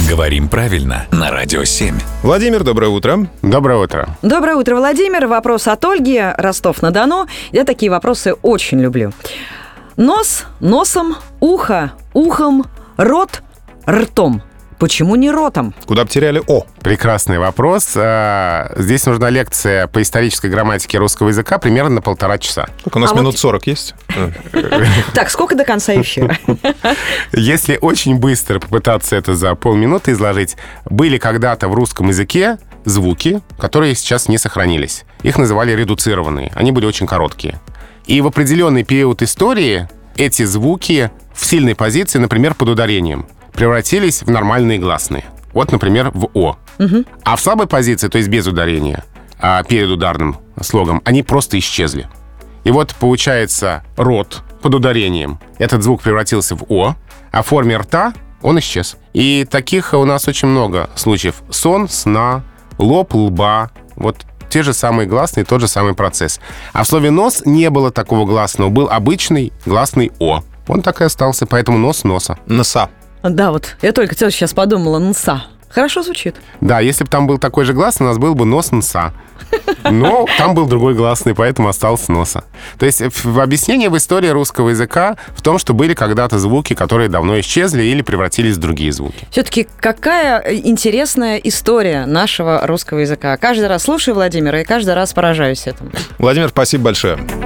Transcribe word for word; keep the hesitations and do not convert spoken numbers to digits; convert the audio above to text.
Говорим правильно на Радио семь. Владимир, доброе утро. Доброе утро. Доброе утро, Владимир. Вопрос от Ольги, Ростов-на-Дону. Я такие вопросы очень люблю. Нос носом, ухо ухом, рот ртом. Почему не ротом? Куда потеряли «о»? Прекрасный вопрос. Здесь нужна лекция по исторической грамматике русского языка примерно на полтора часа. Так, у нас А минут вот- сорок есть. Так, сколько до конца эфира? Если очень быстро попытаться это за полминуты изложить, были когда-то в русском языке звуки, которые сейчас не сохранились. Их называли редуцированные. Они были очень короткие. И в определенный период истории эти звуки в сильной позиции, например, под ударением, превратились в нормальные гласные. Вот, например, в «о». А в слабой позиции, то есть без ударения, а перед ударным слогом, они просто исчезли. И вот получается рот под ударением. Этот звук превратился в «о», а в форме рта он исчез. И таких у нас очень много случаев. Сон, сна, лоб, лба. Вот те же самые гласные, тот же самый процесс. А в слове «нос» не было такого гласного. Был обычный гласный «о». Он так и остался, поэтому нос носа. Носа. Да, вот я только сейчас подумала, нса. Хорошо звучит. Да, если бы там был такой же гласный, у нас был бы нос нса. Но там был другой гласный, поэтому остался носа. То есть в объяснение в истории русского языка в том, что были когда-то звуки, которые давно исчезли или превратились в другие звуки. Все-таки какая интересная история нашего русского языка. Каждый раз слушаю Владимира и каждый раз поражаюсь этому. Владимир, спасибо большое.